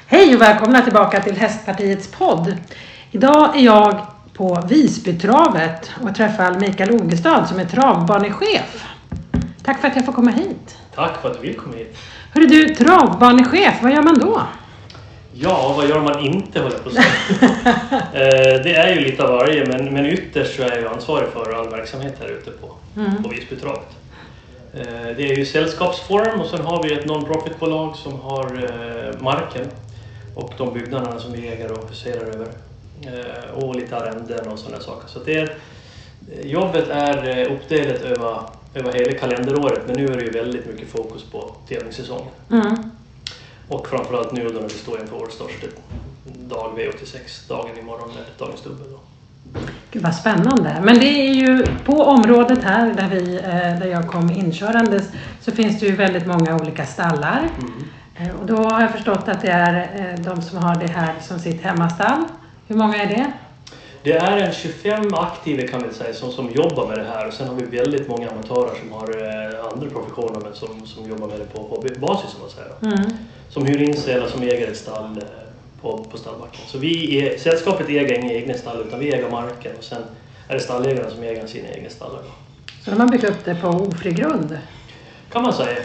Hej och välkomna tillbaka till Hästpartiets podd. Idag är jag på Visbytravet och träffar Mikael Ogestad som är travbanechef. Tack för att jag får komma hit. Tack för att du vill komma hit. Hörru du, travbanechef, vad gör man då? Ja, vad gör man inte, håller jag på att säga. Det är ju lite av varje, men ytterst så är jag ansvarig för all verksamhet här ute på Visbytravet. Det är ju sällskapsform och sen har vi ett non-profitbolag som har marken och de byggnaderna som vi äger och huserar över. Och lite arrenden och sådana saker. Så jobbet är uppdelat över hela kalenderåret, men nu är det ju väldigt mycket fokus på tävlingssäsongen. Och framförallt nu när vi står inför vår största dag, V86, dagen imorgon med dagens dubbel. Gud vad spännande. Men det är ju på området här där jag kom inkörandes så finns det ju väldigt många olika stallar. Och då har jag förstått att det är de som har det här som sitt hemmastall. Hur många är det? Det är en 25 aktiva kan man säga som jobbar med det här, och sen har vi väldigt många amatörer som har andra professioner men som jobbar med det på basis, som man säger. Som hyr in sig eller som äger ett stall på stallbacken. Så sällskapet äger inga egna stall utan vi äger marken och sen är det stallägarna som äger sina egna stallar. Så de har byggt upp det på ofri grund? Kan man säga.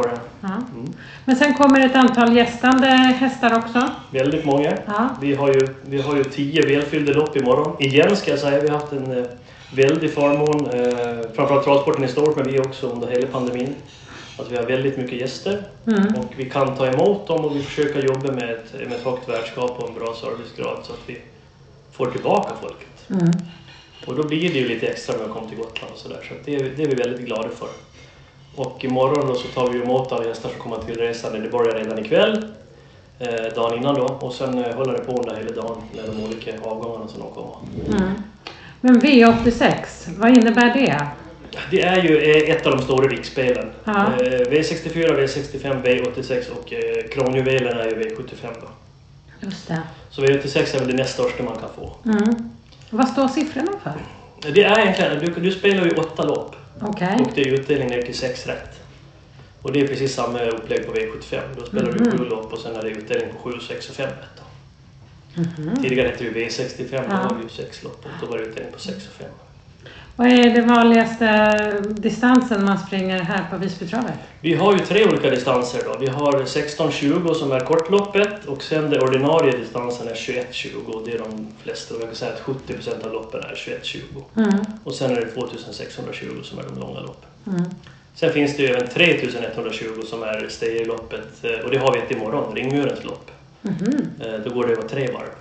Men sen kommer ett antal gästande hästar också? Väldigt många. Vi har ju 10 välfyllda lopp imorgon. Igen ska jag säga, vi har haft en väldig förmån, framförallt travsporten i stort, men vi också under hela pandemin. Att vi har väldigt mycket gäster och vi kan ta emot dem och vi försöker jobba med ett högt värdskap och en bra servicegrad så att vi får tillbaka folket. Och då blir det ju lite extra när vi kommer till Gotland och sådär, så det är vi väldigt glada för. Och imorgon då så tar vi emot alla gäster som kommer till resan. Det börjar redan ikväll, dagen innan då, och sen håller det på under hela dagen med de olika avgångarna som de kommer. Men V86, vad innebär det? Det är ju ett av de stora riksspelen. V64, V65, V86 och kronjuvelen är ju V75 då. Just det. Så V86 är väl det näst största man kan få. Vad står siffrorna för? Det är egentligen, du spelar ju 8 lopp. Okay. Och det är utdelning ner till 6 rätt. Och det är precis samma upplägg på V75. Då spelar du 7 lopp och sen är det utdelning på 7, 6 och 5 rätt då. Tidigare hette vi V65, då var det ju 6 lopp och då var det utdelning på 6 och 5. Vad är det vanligaste distansen man springer här på Visbytravet? Vi har ju 3 olika distanser då. Vi har 16-20 som är kortloppet och sen det ordinarie distansen är 21-20. Det är de flesta, och jag kan säga att 70% av loppen är 21-20. Och sen är det 2620 som är de långa loppen. Sen finns det ju även 3120 som är stegerloppet, och det har vi ett imorgon, Ringmurens lopp. Då går det över 3 varv.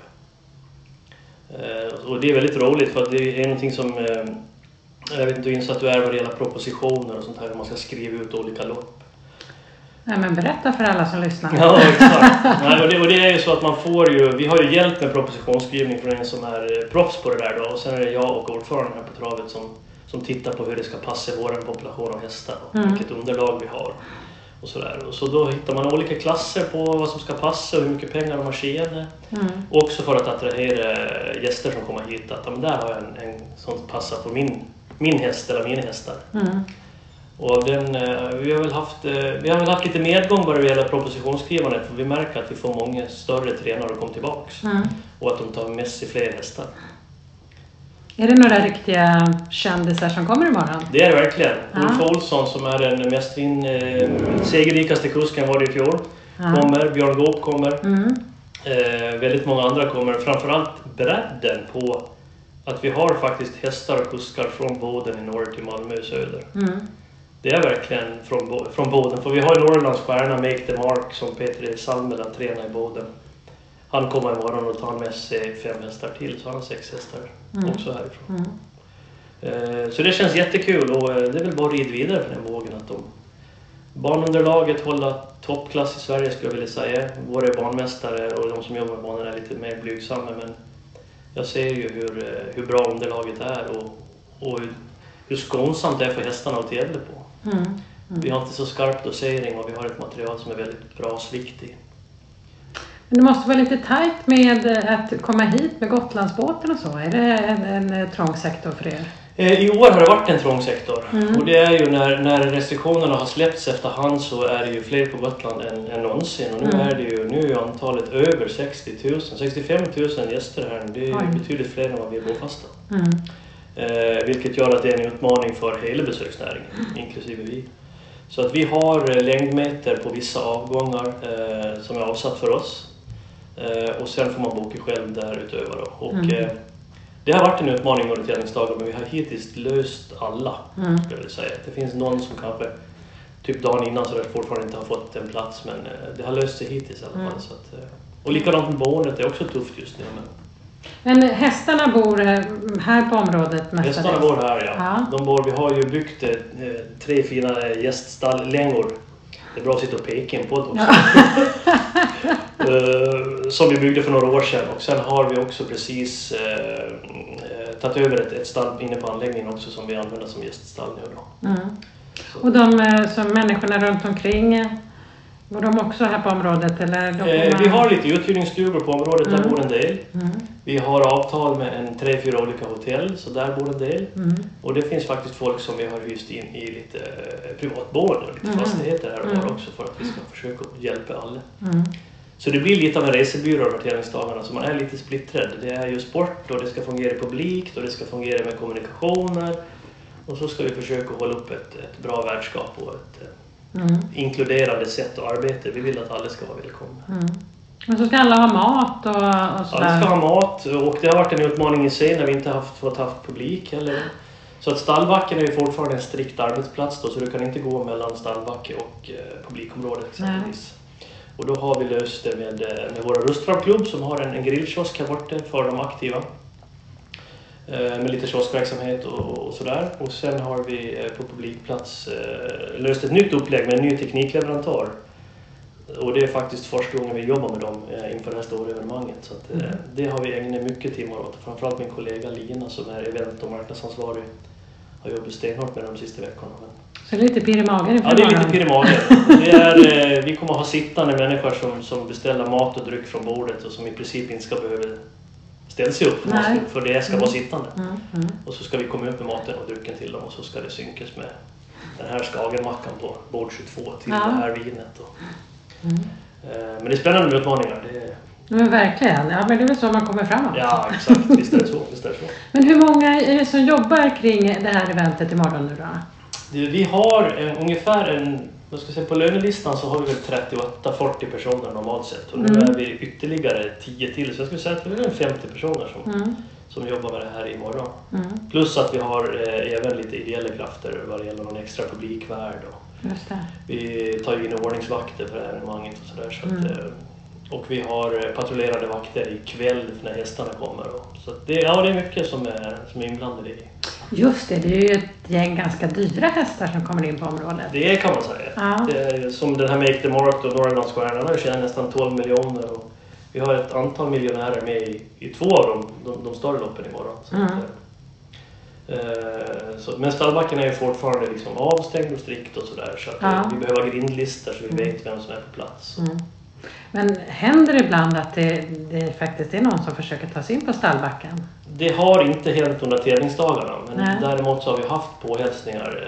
Och det är väldigt roligt för att det är någonting som jag vet inte hur insatt du är vad det gäller propositioner och sånt här, man ska skriva ut olika lopp. Nej, men berätta för alla som lyssnar. Ja, exakt. Nej, och det är ju så att man får ju, vi har ju hjälp med propositionsskrivning från en som är proffs på det där då, och sen är det jag och ordföranden här på travet som tittar på hur det ska passa vår population av hästar och vilket underlag vi har. Och sådär. Och så då hittar man olika klasser på vad som ska passa och hur mycket pengar de har tjänat. Och också för att attrahera gäster som kommer hit att där har jag en som passar på min häst eller mina hästar. Och vi har väl haft lite medgång bara vad det gäller propositionsskrivandet, för vi märker att vi får många större tränare att komma tillbaks och att de tar med sig fler hästar. Är det några riktiga kändisar som kommer imorgon? Det är det verkligen. Ulf Olsson som är den mest segerrikaste kusken var det i fjol. Kommer, Björn Goop kommer. Väldigt många andra kommer. Framförallt bredden på att vi har faktiskt hästar och kuskar från Boden i norr till Malmö i söder. Det är verkligen från Boden. För vi har ju Norrlands stjärna Make the Mark som Peter Salmela tränar i Boden. Han kommer imorgon och tar med sig 5 hästar till, så han har 6 hästar också härifrån. Så det känns jättekul, och det är väl bara att rida vidare för den vågen att banunderlaget håller toppklass i Sverige, skulle jag vilja säga. Våra banmästare och de som jobbar med banan är lite mer blygsamma, men jag ser ju hur bra underlaget är och hur skonsamt det är för hästarna att tävla på. Vi har inte så skarp dosering och vi har ett material som är väldigt bra och slikt i. Men det måste vara lite tajt med att komma hit med Gotlandsbåten och så. Är det en trång sektor för er? I år har det varit en trång sektor. Och det är ju när restriktionerna har släppts efterhand så är det ju fler på Gotland än någonsin. Och nu är ju antalet över 65 000 gäster här. Det är betydligt fler än vad vi är bofasta. Vilket gör att det är en utmaning för hela besöksnäringen, inklusive vi. Så att vi har längdmeter på vissa avgångar som är avsatt för oss. Och sen får man boka själv därutöver då. Och det har varit en utmaning under tävlingsdagar, men vi har hittills löst alla, skulle jag vilja säga. Det finns någon som kanske typ dagen innan så där fortfarande inte har fått en plats, men det har löst sig hittills i alla fall. Så att, och likadant med boendet är också tufft just nu. Men hästarna bor här på området? Hästarna bor här, ja. Vi har ju byggt 3 fina gäststallängor. Det är bra att sitta och peka in på det också. Som vi byggde för några år sedan. Och sen har vi också precis tagit över ett stall inne på anläggningen också som vi använder som gäststall nu då. Och som människorna runt omkring, bor de också här på området? Eller vi har lite uthyrningsstugor på området, där bor en del. Vi har avtal med 3-4 olika hotell, så där bor en del. Och det finns faktiskt folk som vi har hyst in i lite privatboende och lite fastigheter här och var också för att vi ska försöka hjälpa alla. Så det blir lite av en resebyrå över tävlingsdagarna, så man är lite splittrad. Det är ju sport och det ska fungera publikt och det ska fungera med kommunikationer. Och så ska vi försöka hålla upp ett bra värdskap och ett inkluderande sätt att arbeta. Vi vill att alla ska vara välkomna. Men så ska alla ha mat och sådär? Alla ska ha mat, och det har varit en utmaning i sig när vi inte fått haft publik heller. Så att Stallbacken är ju fortfarande en strikt arbetsplats då, så du kan inte gå mellan Stallbacke och publikområdet exempelvis. Och då har vi löst det med våra Rustravklubb som har en grillkiosk här borta för de aktiva. Med lite kioskverksamhet och sådär. Och sen har vi på publikplats löst ett nytt upplägg med en ny teknikleverantör. Och det är faktiskt första gången vi jobbar med dem inför det här stora evenemanget. Så att, det har vi ägnat mycket timmar åt. Framförallt min kollega Lina som är event- och marknadsansvarig har jobbat stenhårt med de sista veckorna. Så det är lite pirr i magen? Ja, det är lite pirr i magen. Vi kommer att ha sittande människor som beställer mat och dryck från bordet och som i princip inte ska behöva ställa sig upp. För det ska vara sittande. Och så ska vi komma ut med maten och drycken till dem och så ska det synkas med den här skagenmackan på bord 22 till det här vinet. Men det är spännande utmaningar. Men verkligen, men det är väl så man kommer framåt. Ja, exakt. Visst är det så. Men hur många är det som jobbar kring det här eventet imorgon nu då? Vi har ungefär på lönelistan så har vi väl 38-40 personer normalt sett. Och nu är vi ytterligare 10 till. Så jag skulle säga att det är 50 personer som jobbar med det här imorgon. Plus att vi har även lite ideella krafter vad det gäller någon extra publikvärd. Just det. Vi tar ju in ordningsvakter för evenemanget och sådär. Och vi har patrullerade vakter ikväll när hästarna kommer. Så det är mycket som är inblandade i. Just det är ju ett gäng ganska dyra hästar som kommer in på området. Det kan man säga. Ja. Det är, som den här Make the Mark och Norrlandsstjärnan har tjänat nästan 12 miljoner. Och vi har ett antal miljonärer med i 2 av de större loppen imorgon. Men Stallbacken är ju fortfarande liksom avstängd och strikt och sådär. Så att vi behöver grindlistor så vi vet vem som är på plats. Men händer det ibland att det faktiskt är någon som försöker ta sig in på Stallbacken? Det har inte hänt under tävlingsdagarna, men däremot så har vi haft påhälsningar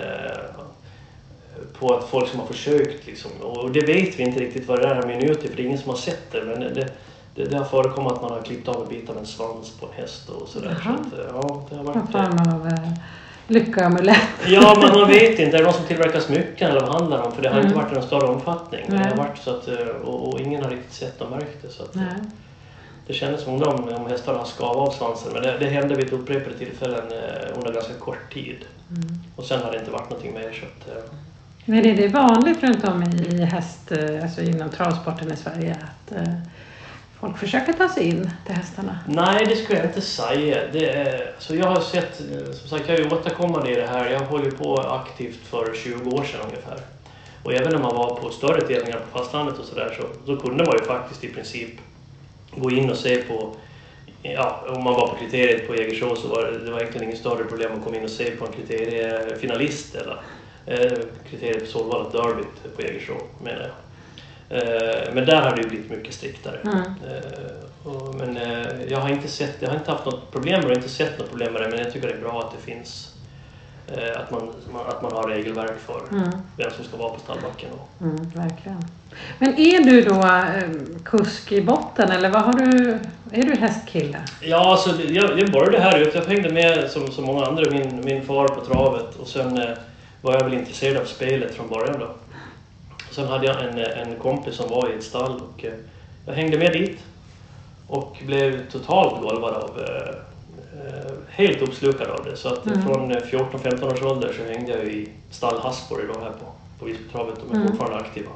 på att folk som har försökt liksom, och det vet vi inte riktigt vad det är minuter för det är ingen som har sett det, men det har förekommit att man har klippt av en bit av en svans på en häst och sådär. Så att, det har varit lyckoamulett. Ja, men man vet inte. Är det någon som tillverkar smycken eller vad handlar om? För det har inte varit i någon större omfattning. Det har varit så att, och ingen har riktigt sett och märkt det. Så att, det kändes som om hästarna har skav av svansen. Men det hände vid upprepade tillfällen under ganska kort tid. Och sen har det inte varit någonting mer. Så att, men är det vanligt runt om i alltså inom travsporten i Sverige att folk försöker ta sig in till hästarna? Nej, det skulle jag inte säga. Så jag har sett, som sagt, jag är ju återkommande i det här. Jag håller på aktivt för 20 år sedan ungefär. Och även när man var på större tävlingar på fastlandet och sådär så kunde man ju faktiskt i princip gå in och se på, om man var på kriteriet på Jägersro så var det var egentligen ingen större problem att komma in och se på en kriteriefinalist eller kriteriet på Solvalla Derbyt på Jägersro menar jag. Men där har det ju blivit mycket striktare. Men jag har inte haft något problem och inte sett något problem med det, men jag tycker det är bra att det finns Att man har regelverk för vem som ska vara på stallbacken. Verkligen. Men är du då kusk i botten eller är du hästkille? Ja, alltså, jag började här ute. Jag hängde med som många andra, min far på travet, och sen var jag väl intresserad av spelet från början då. Sen hade jag en kompis som var i ett stall och jag hängde med dit och blev totalt golvad av helt uppslukad av det. Så att från 14-15 års ålder så hängde jag i stall Hasborg då här på Visbytravet, och är fortfarande aktiva.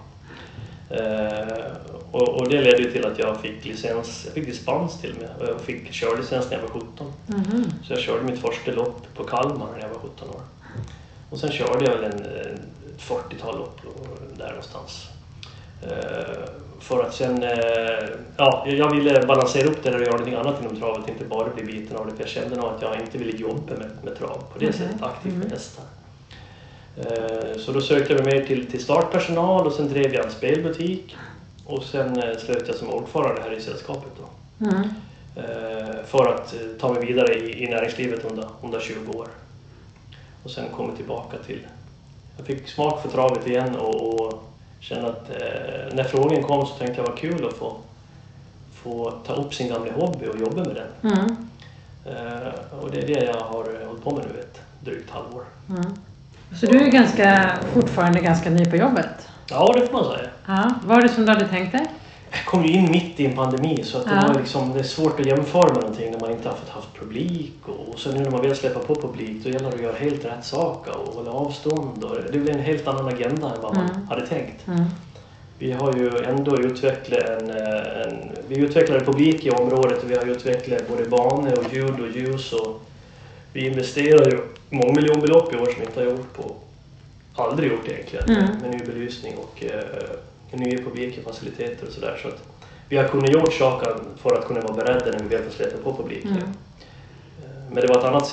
Och det ledde till att jag fick dispens till mig. Jag fick körlicens när jag var 17. Så jag körde mitt första lopp på Kalmar när jag var 17 år. Och sen körde jag väl en 40-tal lopp där någonstans. För att sen, jag ville balansera upp det och göra någonting annat inom travet, inte bara bli biten av det. För jag kände nog att jag inte ville jobba med trav på det sättet, aktivt med hästar. Så då sökte jag mig mer till startpersonal och sen drev jag en spelbutik. Och sen slöt jag som ordförande här i sällskapet då. För att ta mig vidare i näringslivet under 20 år. Och sen kom jag tillbaka jag fick smak för travet igen och kände att när frågan kom så tänkte jag var kul att få ta upp sin gamla hobby och jobba med den. Och det är det jag har hållit på med nu ett drygt halvår. Så du är fortfarande ganska ny på jobbet? Ja, det får man säga. Ja. Vad är det som du hade tänkt dig? Jag kom ju in mitt i en pandemi, så att det är svårt att jämföra med någonting när man inte har haft publik. Och så nu när man vill släppa på publik, då gäller det att göra helt rätt saker och hålla avstånd. Och det blir en helt annan agenda än vad man hade tänkt. Vi har ju ändå utvecklat vi utvecklade publik i området, och vi har utvecklat både banor och ljud och ljus, och vi investerar ju många miljonbelopp i år som vi inte har aldrig gjort egentligen, med ny belysning och nya publikfaciliteter och sådär. Så att vi har kunnat gjort saker för att kunna vara beredda när vi väl får släppa på publiken. Men det var ett annat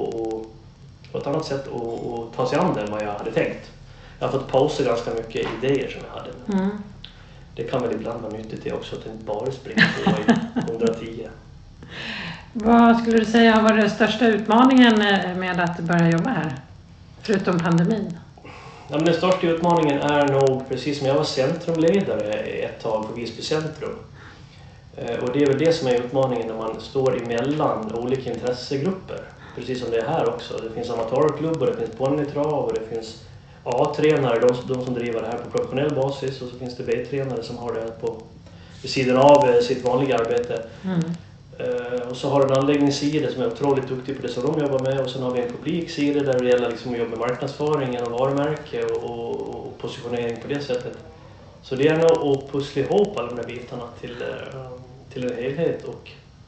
sätt att ta sig an än vad jag hade tänkt. Jag har fått pausa ganska mycket idéer som jag hade. Det kan väl ibland vara nyttigt det också, att inte bara springa på i 110. Vad skulle du säga har varit den största utmaningen med att börja jobba här? Förutom pandemin. Ja, men den största utmaningen är nog, precis som jag var centrumledare ett tag på Visby centrum. Och det är väl det som är utmaningen när man står emellan olika intressegrupper. Precis som det är här också. Det finns amatörklubbar, det finns ponnytrav och det finns A-tränare, de som driver det här på professionell basis. Och så finns det B-tränare som har det här vid sidan av sitt vanliga arbete. Och så har du en anläggningssida som är otroligt duktig på det som de jobbar med. Och sen har vi en publiksida där det gäller liksom att jobba med marknadsföringen och varumärke och positionering på det sättet. Så det är nog att pussla ihop alla de här bitarna till en helhet och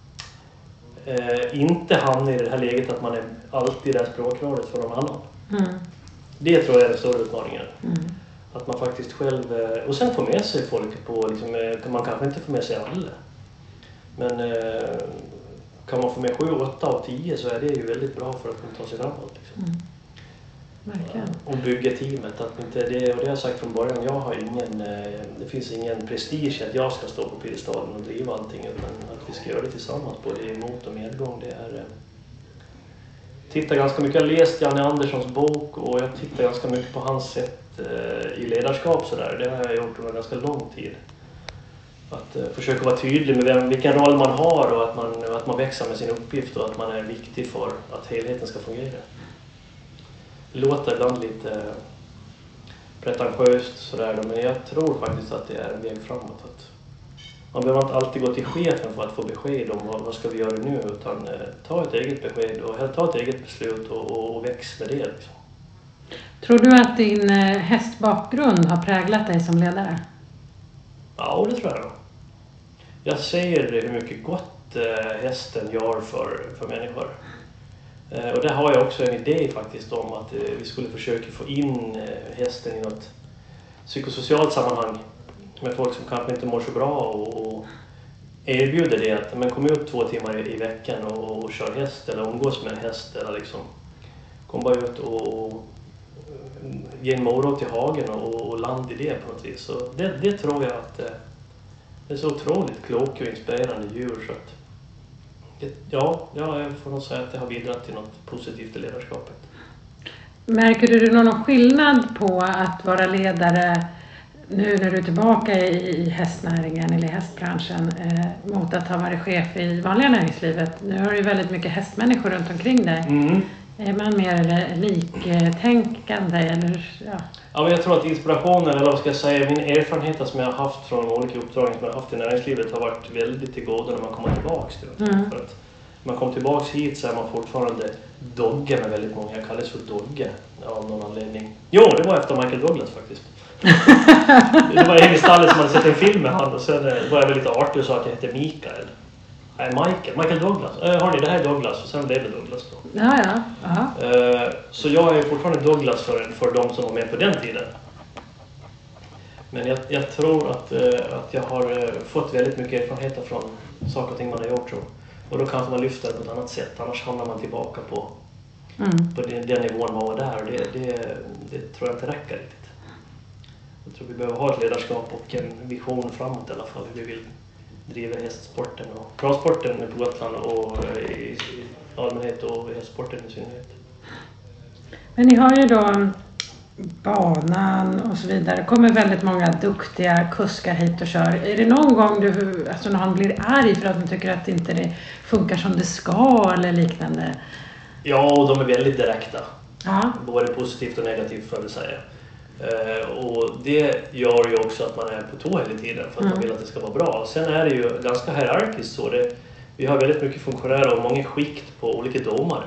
inte hamna i det här läget att man är alltid det språkröret för någon annan. Det tror jag är den stora utmaningen. Att man faktiskt själv, och sen får med sig folk på, liksom, man kanske inte får med sig alla. Men kan man få med 7, 8 av 10 så är det ju väldigt bra för att kunna ta sig framåt. Liksom. Verkligen. Och bygga teamet. Att inte det, och det har jag sagt från början, det finns ingen prestige att jag ska stå på piedestalen och driva allting, utan att vi ska göra det tillsammans både i mot- och medgång. Det är tittar ganska mycket, jag har läst Janne Anderssons bok och jag tittar ganska mycket på hans sätt i ledarskap så där. Det har jag gjort under ganska lång tid. Att försöka vara tydlig med vilken roll man har och att man växer med sin uppgift och att man är viktig för att helheten ska fungera. Det låter ibland lite pretentiöst sådär, men jag tror faktiskt att det är en väg framåt. Att man behöver inte alltid gå till chefen för att få besked om vad ska vi göra nu, utan ta ett eget besked och ta ett eget beslut och väx med det. Liksom. Tror du att din hästbakgrund har präglat dig som ledare? Ja, det tror jag. Jag ser hur mycket gott hästen gör för människor. Och där har jag också en idé faktiskt om att vi skulle försöka få in hästen i något psykosocialt sammanhang med folk som kanske inte mår så bra och erbjuder det att man kommer ut 2 timmar i veckan och kör häst eller umgås med en häst eller liksom kom bara ut och ge en morot till hagen och land i det på något vis. Så det tror jag att det är så otroligt kloka och inspirerande djur så att jag får nog säga att det har bidragit till något positivt i ledarskapet. Märker du någon skillnad på att vara ledare nu när du är tillbaka i hästnäringen eller i hästbranschen mot att ha varit chef i vanliga näringslivet? Nu har du ju väldigt mycket hästmänniskor runt omkring dig. Är man mer liktänkande eller ja? Ja, men jag tror att inspirationen, eller vad ska jag säga, min erfarenhet som jag har haft från de olika uppdragen som jag har haft i näringslivet har varit väldigt till godo när man kommer tillbaks till det. För att när man kommer tillbaks hit så är man fortfarande dogge med väldigt många. Jag kallas för dogge av någon anledning. Jo, det var efter Michael Douglas faktiskt. Det var en i stallet som hade sett en film med han och sen var jag väldigt artig och sa att jag hette Mikael. Nej, Michael Douglas. Hörni, det här är Douglas och sen blev det Douglas då. Ja. Så jag är fortfarande Douglas för de som var med på den tiden. Men jag tror att jag har fått väldigt mycket erfarenheter från saker och ting man har gjort. Och då kanske man lyfter det på ett annat sätt. Annars hamnar man tillbaka på den nivån man var där. Och det tror jag inte räcker riktigt. Jag tror vi behöver ha ett ledarskap och en vision framåt i alla fall. Hur vi vill driva hästsporten och travsporten på Gotland och i allmänhet och hästsporten i synnerhet. Men ni har ju då banan och så vidare. Det kommer väldigt många duktiga kuskar hit och kör. Är det någon gång någon blir arg för att de tycker att inte det funkar som det ska eller liknande? Ja, och de är väldigt direkta. Ja. Både positivt och negativt får jag väl säga. Och det gör ju också att man är på tå hela tiden för att man vill att det ska vara bra. Sen är det ju ganska hierarkiskt så. Vi har väldigt mycket funktionärer och många skikt på olika domare.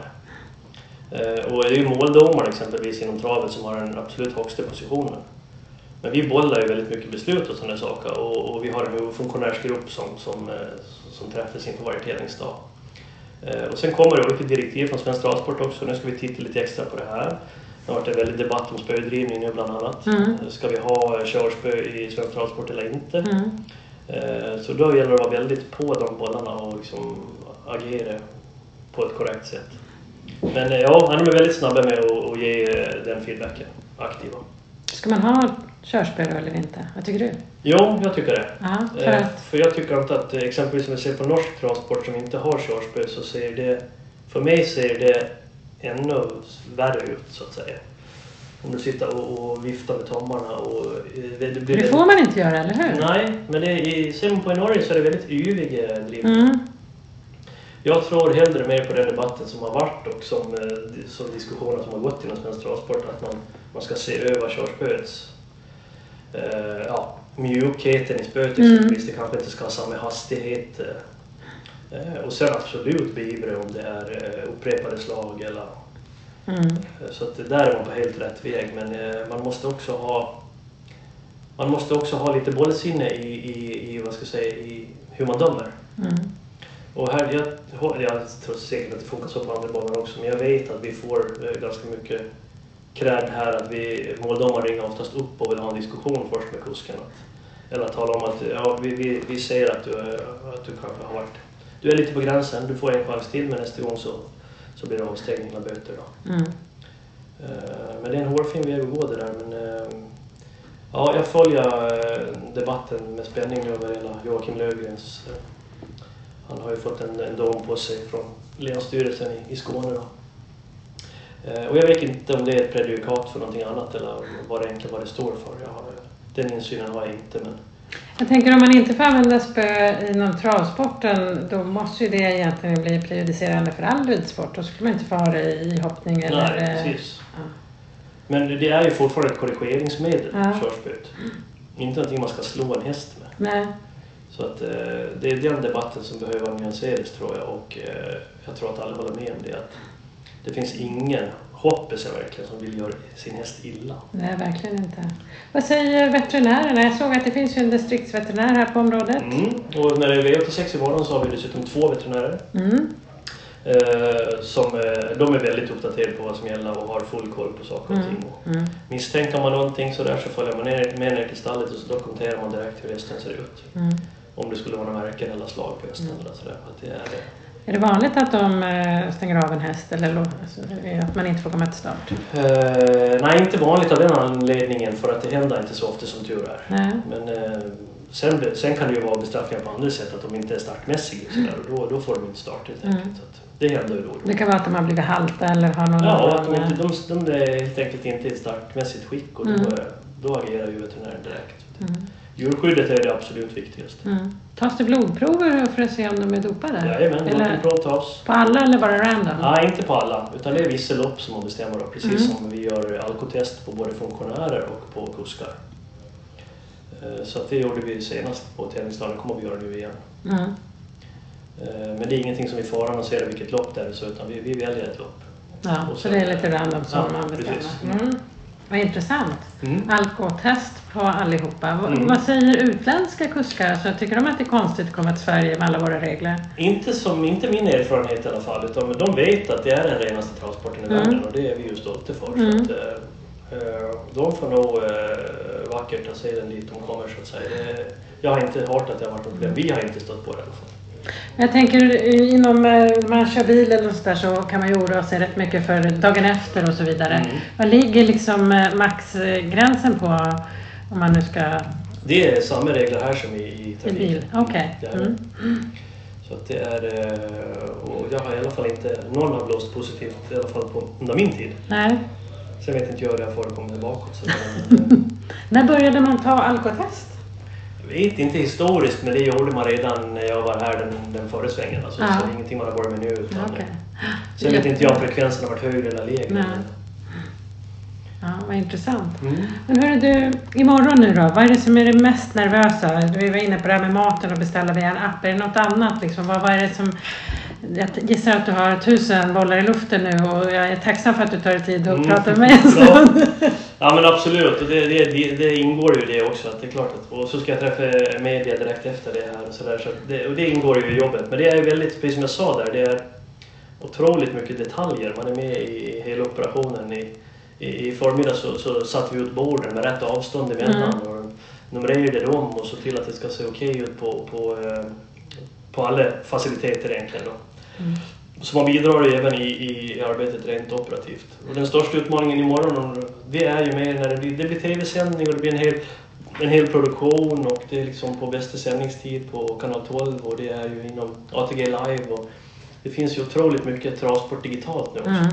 Och det är ju måldomare exempelvis inom travet som har den absolut högsta positionen. Men vi bollar ju väldigt mycket beslut och sådana saker och vi har en huvudfunktionärsgrupp som träffas inför varje tävlingsdag. Och sen kommer det olika direktiv från Svensk Travsport också. Nu ska vi titta lite extra på det här. Det har varit en väldigt debatt om spödrivning nu bland annat. Ska vi ha körspö i Svensk Travsport eller inte? Så då gäller det att vara väldigt på de bollarna och liksom agera på ett korrekt sätt. Men ja, han är väldigt snabba med att ge den feedbacken aktiva. Ska man ha körspö eller inte? Vad tycker du? Jo, jag tycker det. Ja, för jag tycker inte att exempelvis om vi ser på norsk travsport som inte har körspö så ser det, för mig ser det ännu värre ut så att säga. Om du sitter och viftar med tommarna och det får man inte göra, eller hur? Nej, men ser man på i Norge så är det väldigt yviga drivningar. Jag tror hellre mer på den debatten som har varit och som diskussioner som har gått inom Svensk Travsport att man ska se över körspöets mjukheten i spöet exempelvis. Det kanske inte ska ha samma hastighet. Och sen absolut beivra om det är upprepade slag eller så att där är man på helt rätt väg, men man måste också ha lite bollsinne i vad ska jag säga, i hur man dömer. Och här, jag tror säkert att det funkar så på andra banor också, men jag vet att vi får ganska mycket cred här att måldomare ringer oftast upp och vill ha en diskussion först med kusken. Eller tala om att vi säger att du kanske har varit, du är lite på gränsen, du får en chans till, men nästa gång så blir det avstängning av böter då. Men det är en hårfin väg att gå det där, men jag följer debatten med spänning nu över hela Joakim Löfgrens. Han har ju fått en dom på sig från länsstyrelsen i Skåne då. Och jag vet inte om det är ett predikat för någonting annat eller vad det står för. Den insynen har jag inte, men... Jag tänker om man inte får använda spö inom travsporten, då måste ju det egentligen bli prejudicerande för all ridsport. Då skulle man inte få ha det i hoppning eller... Nej, precis. Ja. Men det är ju fortfarande ett korrigeringsmedel, körspöet. Inte någonting man ska slå en häst med. Nej. Så att det är den debatten som behöver nyanseras tror jag, och jag tror att alla håller med om det. Att det finns ingen, hoppas jag verkligen, som vill göra sin häst illa. Nej, verkligen inte. Vad säger veterinärerna? Jag såg att det finns ju en distriktsveterinär här på området. Och när det är V86 i morgon så har vi dessutom 2 veterinärer. De är väldigt uppdaterade på vad som gäller och har full koll på saker och ting. Misstänker man någonting så där så följer man med ner till stallet och så dokumenterar man direkt hur hästen ser ut. Om det skulle vara några märken eller slag på hästen eller sådär. Är det vanligt att de stänger av en häst eller att man inte får komma till start? Nej, inte vanligt av den anledningen, för att det händer inte så ofta som tur är. Nej. Men Sen kan det ju vara bestraffningar på andra sätt, att de inte är startmässiga och sådär, och då får de inte starta helt enkelt. Så att det händer ju då. Det kan vara att de har blivit halta eller har någon... Ja, att de är helt enkelt inte i ett startmässigt skick, och då agerar ju veterinären direkt. Djurskyddet är det absolut viktigaste. Tas det blodprover för att se om de är dopade? Jajamän, blodprov tas. På alla eller bara random? Nej, inte på alla, utan det är vissa lopp som man bestämmer då, precis som vi gör alkotest på både funktionärer och på kuskar. Så att det gjorde vi senast på tävlingsdagen, kommer vi göra nu igen. Men det är ingenting som vi förannonserar vilket lopp det är, så, utan vi väljer ett lopp. Ja, så det är lite random som man bestämmer. Vad intressant. Alkotest på allihopa. Vad säger utländska kuskar? Så tycker de att det är konstigt att komma till Sverige med alla våra regler? Inte min erfarenhet i alla fall, utan de vet att det är den renaste travsporten i världen, och det är vi ju stolta för. Så att, de får nog vackert att se den dit de kommer, så att säga. Jag har inte hört att det har varit något problem. Vi har inte stått på det i alla fall. Jag tänker inom man kör bil eller så där, så kan man ju oroa sig rätt mycket för dagen efter och så vidare. Vad ligger liksom maxgränsen på om man nu ska... Det är samma regler här som i trafiken. Okej. Så att det är, och jag har i alla fall inte, någon har blåst positivt i alla fall under min tid. Nej. Sen vet inte jag hur jag får det komma bakåt. Så när började man ta alkotest? Jag vet inte historiskt, men det gjorde man redan när jag var här den förra svängen. Alltså, så det är ingenting man har börjat med nu. Utan sen vet inte jag om frekvensen har varit högre eller lägre. Ja, vad intressant. Men hörru du, imorgon nu då, vad är det som är det mest nervösa? Du var inne på det här med maten och beställa via en app. Är det något annat liksom? Vad är det som... Jag gissar att du har 1000 bollar i luften nu, och jag är tacksam för att du tar dig tid och pratar med mig en stund. Ja, men absolut, och det ingår ju det också, att det är klart att, och så ska jag träffa media direkt efter det här och sådär, så det ingår ju i jobbet. Men det är ju väldigt, precis som jag sa där, det är otroligt mycket detaljer. Man är med i hela operationen. I förmiddag så satt vi ut borden med rätt avstånd emellan och numrerade dem och så till att det ska se okej ut på alla faciliteter egentligen då. Så man bidrar ju även i arbetet rent operativt. Och den största utmaningen imorgon, det är ju mer när det blir tv-sändning och det blir en hel produktion, och det är liksom på bästa sändningstid på kanal 12, och det är ju inom ATG Live, och det finns ju otroligt mycket travsport digitalt nu också.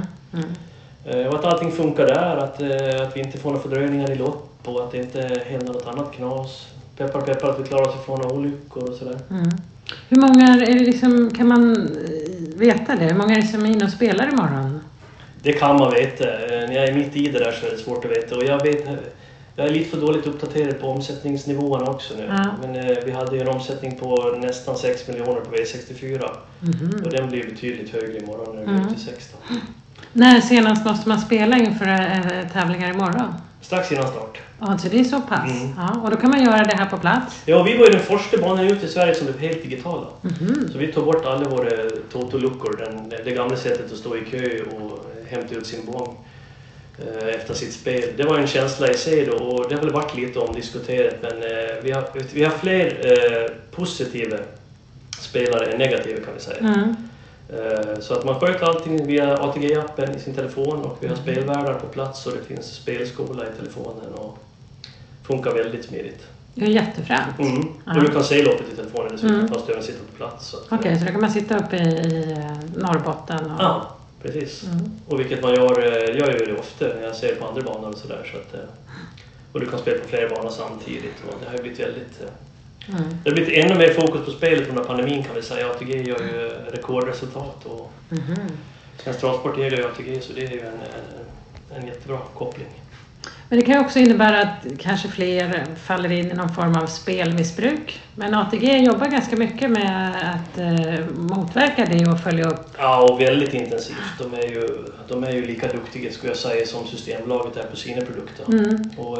Och att allting funkar där, att vi inte får några fördröjningar i lopp och att det inte händer något annat knas. Peppar att vi klarar oss ifrån olyckor och sådär. Hur många är det liksom, kan man veta det? Hur många är det som är inne och spelar imorgon? Det kan man veta. När jag är mitt i det där så är det svårt att veta. Och jag är lite för dåligt uppdaterad på omsättningsnivåerna också nu. Men vi hade ju en omsättning på nästan 6 miljoner på V64. Och den blir betydligt högre imorgon när det går till 16. När senast måste man spela inför tävlingar imorgon? Strax innan start. Ja, så det är så pass. Ja, och då kan man göra det här på plats? Ja, vi var ju den första banan ut i Sverige som blev helt digitala. Så vi tog bort alla våra totoluckor, det gamla sättet att stå i kö och hämta ut sin bång efter sitt spel. Det var en känsla i sig då, och det har väl varit lite omdiskuterat, men vi har fler positiva spelare än negativa, kan vi säga. Så att man sköter allting via ATG-appen i sin telefon, och vi har spelvärdar på plats och det finns spelskola i telefonen och funkar väldigt smidigt. Det är jättefrämt. Och du kan se loppet i telefonen dessutom, fast du även sitter på plats. Okej, så då kan man sitta uppe i Norrbotten? Och... Ja, precis. Och vilket man gör ju det ofta när jag ser på andra banor och sådär. Så och du kan spela på flera banor samtidigt, och det har blivit väldigt... Det har blivit ännu mer fokus på spelet under pandemin, kan vi säga. ATG gör ju rekordresultat, och Svensk Travsport äger ju ATG, så det är ju en jättebra koppling. Men det kan ju också innebära att kanske fler faller in i någon form av spelmissbruk. Men ATG jobbar ganska mycket med att motverka det och följa upp. Ja, och väldigt intensivt. De är ju lika duktiga, skulle jag säga, som Systembolaget är på sina produkter. Och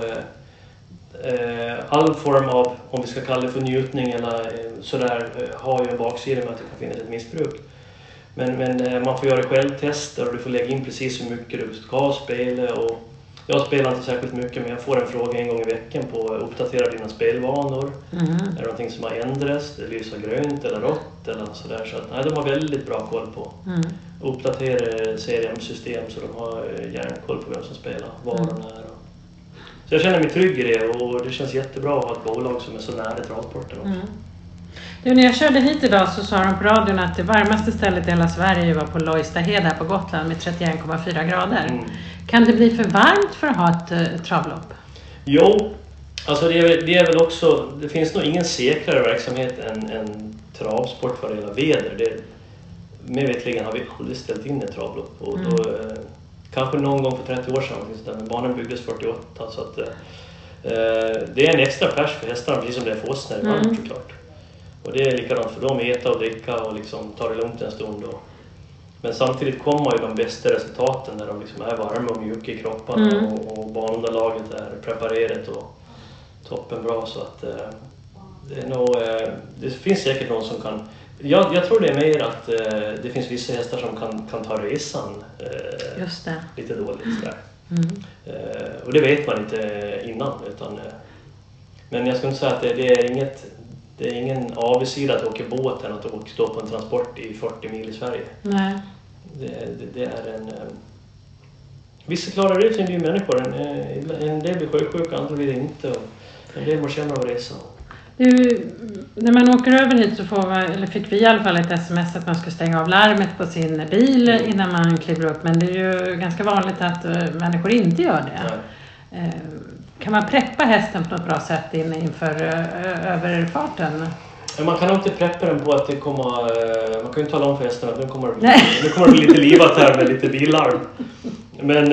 all form av, om vi ska kalla det för njutning eller sådär, har ju en baksida med att det kan finnas ett missbruk. Men man får göra självtester och du får lägga in precis hur mycket du ska spela. Och jag spelar inte särskilt mycket, men jag får en fråga en gång i veckan på att uppdatera dina spelvanor. Är det någonting som har ändrats? Det lyser grönt eller rått eller sådär. Så att, nej, de har väldigt bra koll på uppdatera CRM-system, så de har järnkoll på vem som spelar, var de är. Så jag känner mig trygg i det och det känns jättebra att ha ett bolag som är så nära travsporten också. Du, när jag körde hit idag så sa de på radion att det varmaste stället i hela Sverige var på Lojstahed här på Gotland med 31,4 grader. Kan det bli för varmt för att ha ett travlopp? Jo, alltså det är väl också, det finns nog ingen säkrare verksamhet än travsport vad det gäller väder. Med vetligen har vi aldrig ställt in ett travlopp och då, kanske någon gång för 30 år sedan, men banan byggdes 48 så att det är en extra pers för hästarna precis som det är för oss när det är varmt såklart. Och det är likadant för dem, äta och dricka och liksom ta det lugnt en stund då. Men samtidigt kommer ju de bästa resultaten när de liksom är varma och mjuka i kroppen och banunderlaget är preparerat och toppenbra så att det är nog, det finns säkert någon som kan. Jag tror det är mer att det finns vissa hästar som kan ta resan Just det. lite dåligt där. Och det vet man inte innan utan, men jag skulle inte säga att det är ingen avigsida att åka båten att stå på en transport i 40 mil i Sverige. Nej. Det är en vissa klarar det som är människor, en del blir sjösjuka, andra blir det inte och en del måste känna av resan. När man åker över hit så fick vi i alla fall ett sms att man ska stänga av larmet på sin bil innan man kliver upp. Men det är ju ganska vanligt att människor inte gör det. Kan man preppa hästen på något bra sätt inför överfarten? Man kan inte preppa den på att det kommer, man kan ju inte tala om för hästen att nu kommer det bli lite livat här med lite bilarm. Men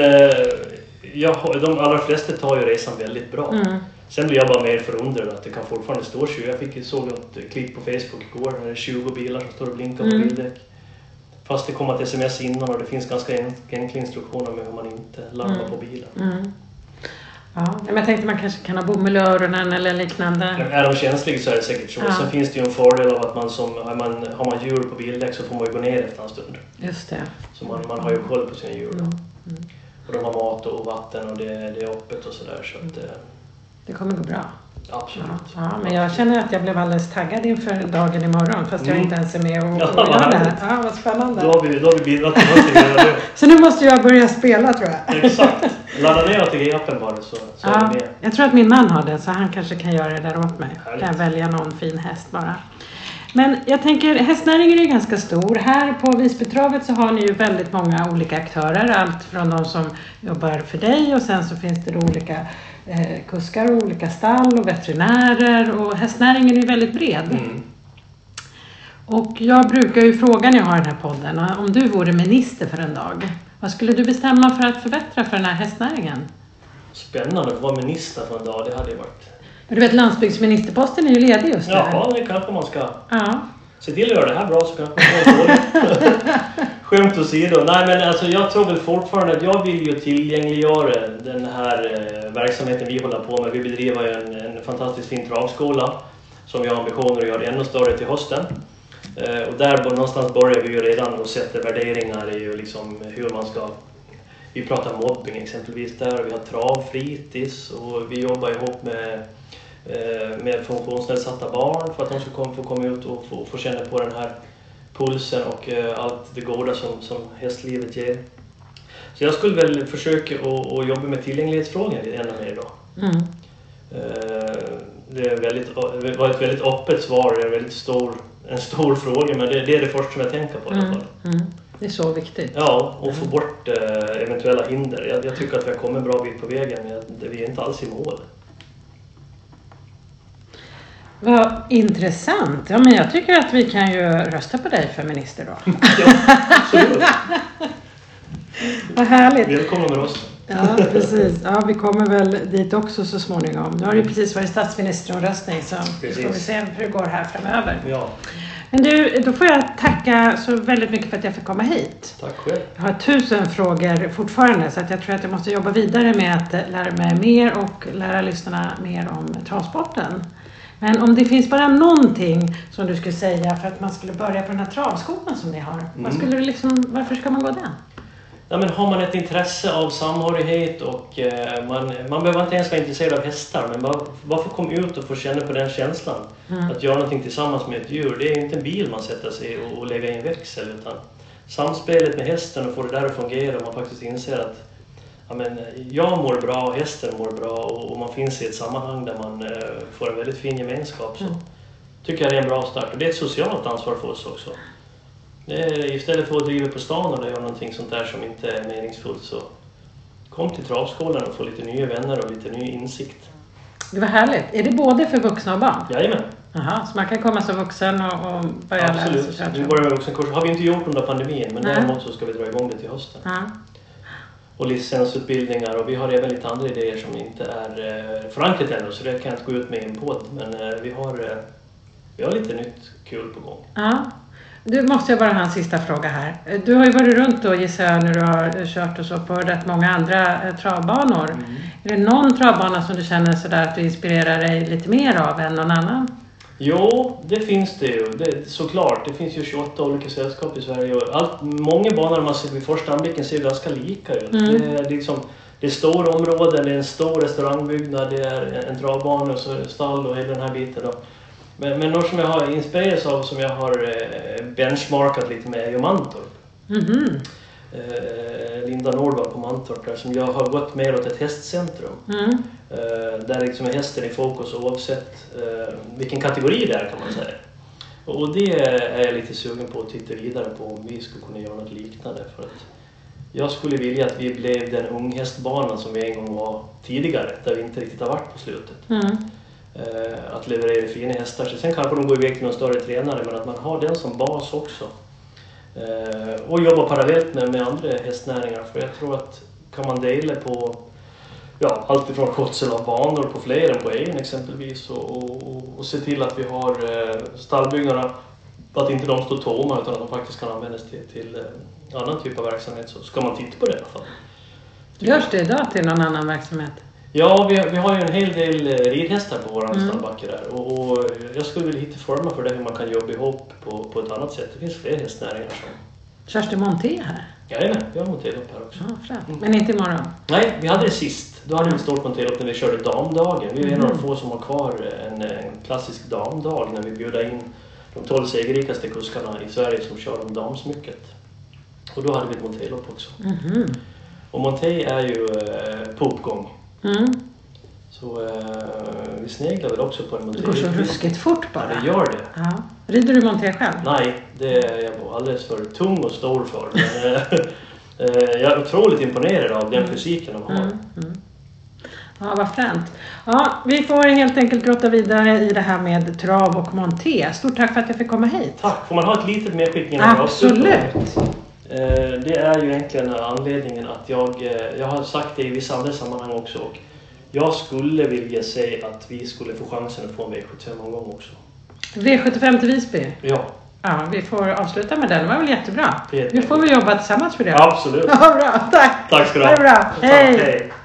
de allra flesta tar ju resan väldigt bra. Sen blir jag bara mer förundrad att det kan fortfarande stå 20. Jag såg ett klipp på Facebook igår när det är 20 bilar som står och blinkar på bildäck. Fast det kommer ett sms innan och det finns ganska enkla instruktioner med hur man inte larmar på bilen. Ja, men jag tänkte man kanske kan ha bomull i öronen eller liknande. Är de känsliga så är det säkert så. Sen finns det ju en fördel av att har man djur på bildäck så får man ju gå ner efter en stund. Just det. Så man har ju koll på sina djur då. Och de har mat och vatten och det är öppet och sådär så att det kommer gå bra. Absolut. Ja, men jag känner att jag blev alldeles taggad inför dagen imorgon fast jag inte ens är med och gör det här. Ja, vad spännande. Då har vi bidragit till någonting. Så nu måste jag börja spela tror jag. Exakt. Ladda ner ATG-appen bara så är det med. Jag tror att min man har det så han kanske kan göra det där åt mig. Härligt. Kan jag välja någon fin häst bara. Men jag tänker, hästnäringen är ganska stor. Här på Visbytravet så har ni ju väldigt många olika aktörer. Allt från de som jobbar för dig och sen så finns det då olika kuskar och olika stall och veterinärer. Och hästnäringen är väldigt bred. Och jag brukar ju fråga när jag har den här podden, om du vore minister för en dag. Vad skulle du bestämma för att förbättra för den här hästnäringen? Spännande att vara minister för en dag, det hade ju varit. Du vet, landsbygdsministerposten är ju ledig just nu. Ja, det kanske man ska. Se till att göra det här bra så kanske man får det. Skämt åsido. Nej men alltså jag tror väl fortfarande att jag vill ju tillgängliggöra den här verksamheten vi håller på med. Vi bedriver ju en fantastiskt fin travskola som vi har ambitioner att göra ännu större till hösten. Och där någonstans börjar vi ju redan och sätta värderingar i ju liksom hur man ska. Vi pratar mobbing exempelvis där, vi har travfritids och vi jobbar ihop med funktionsnedsatta barn för att de ska få komma ut och få känna på den här pulsen och allt det goda som hästlivet ger. Så jag skulle väl försöka att jobba med tillgänglighetsfrågor ännu mer då. Det var ett väldigt öppet svar, en stor fråga men det är det första som jag tänker på i alla fall. Det är så viktigt. Ja, och få bort eventuella hinder. Jag tycker att vi har kommit en bra bit på vägen men vi är inte alls i mål. Vad intressant. Ja, men jag tycker att vi kan ju rösta på dig för minister då. Ja, absolut. Vad härligt. Välkomna med oss. Ja, precis. Ja, vi kommer väl dit också så småningom. Nu har det ju precis varit statsministeromröstning så får vi se hur det går här framöver. Ja. Men du, då får jag tacka så väldigt mycket för att jag fick komma hit. Tack själv. Jag har 1000 frågor fortfarande så att jag tror att jag måste jobba vidare med att lära mig mer och lära lyssnarna mer om travsporten. Men om det finns bara någonting som du skulle säga för att man skulle börja på den här travskolan som ni har. Varför ska man gå den? Ja, men har man ett intresse av samhörighet och man behöver inte ens vara intresserad av hästar men bara få komma ut och få känna på den känslan. Att göra någonting tillsammans med ett djur. Det är inte en bil man sätter sig och lägger i en växel utan samspelet med hästen och få det där att fungera och man faktiskt inser men jag mår bra, hästen mår bra och man finns i ett sammanhang där man får en väldigt fin gemenskap, så tycker jag det är en bra start. Och det är ett socialt ansvar för oss också. Istället för att driva på stan och göra någonting sånt där som inte är meningsfullt, så kom till travskolan och få lite nya vänner och lite ny insikt. Det var härligt. Är det både för vuxna och barn? Jajamän. Aha, så man kan komma som vuxen och börja lära sig? Absolut. Vi börjar med vuxenkurs. Har vi inte gjort under pandemin, men däremot så ska vi dra igång det till hösten. Och licensutbildningar, och vi har även lite andra idéer som inte är förankrat ännu, så det kan jag inte gå ut med i en podd, men vi har lite nytt kul på gång. Ja. Du måste jag bara ha en sista fråga här. Du har ju varit runt då, gissar jag, när du har kört och så på rätt många andra travbanor. Är det någon travbana som du känner sådär att du inspirerar dig lite mer av än någon annan? Jo, det finns det ju. Såklart, det finns ju 28 olika sällskap i Sverige. Och många banor man ser vid första anblicken ser ganska lika ut. Det är stora områden, det är en stor restaurangbyggnad, det är en travbana och så stall och hela den här biten då. Men något som jag har inspirerats av, som jag har benchmarkat lite med, är ju Mantorp. Linda Nordvall på Mantorp där, som jag har gått mer åt ett hästcentrum. Där liksom är hästen i fokus oavsett vilken kategori det är, kan man säga. Och det är jag lite sugen på att titta vidare på, om vi skulle kunna göra något liknande. För att jag skulle vilja att vi blev den unghästbanan som vi en gång var tidigare, där vi inte riktigt har varit på slutet. Att leverera fina hästar. Sen kanske de går iväg till någon större tränare, men att man har den som bas också. Och jobba parallellt med andra hästnäringar. För jag tror att kan man dela på allt ifrån skötsel av banor på fler än på en exempelvis, och se till att vi har stallbyggnaderna, att inte de står tomma utan att de faktiskt kan användas till annan typ av verksamhet, så ska man titta på det i alla fall. Görs det idag till någon annan verksamhet? Ja, vi har ju en hel del ridhästar på våran stallbacke där, och jag skulle vilja hitta former för det, hur man kan jobba ihop på ett annat sätt. Det finns fler hästnäringar som... Körs det monté här? Jajamän, vi har monterat upp här också. Men inte imorgon? Nej, vi hade det sist. Då hade vi stort monterat upp när vi körde damdagen. Vi är en av de få som har kvar en klassisk damdag, när vi bjuder in de 12 segerrikaste kuskarna i Sverige som kör om damsmycket. Och då hade vi ett monté upp också. Och monté är ju på uppgång. Så vi sneglar väl också på en monté. Det går så ruskigt fort bara. Ja, det gör det. Ja. Rider du monté själv? Nej, det är jag alldeles för tung och stor för. Men jag är otroligt imponerad av den fysiken de har. Ja, vad fränt. Ja, vi får helt enkelt grotta vidare i det här med trav och monté. Stort tack för att jag fick komma hit. Tack. Får man ha ett litet medskick innan jag avslutar? Absolut. Det är ju egentligen anledningen att jag har sagt det i vissa andra sammanhang också. Och jag skulle vilja säga att vi skulle få chansen att få en V75 någon gång också. V75 till Visby? Ja. Ja, vi får avsluta med den. Det var väl jättebra. Nu får vi jobba tillsammans för det. Absolut. Ja, bra. Tack. Tack ska du ha. Ha det bra. Hej.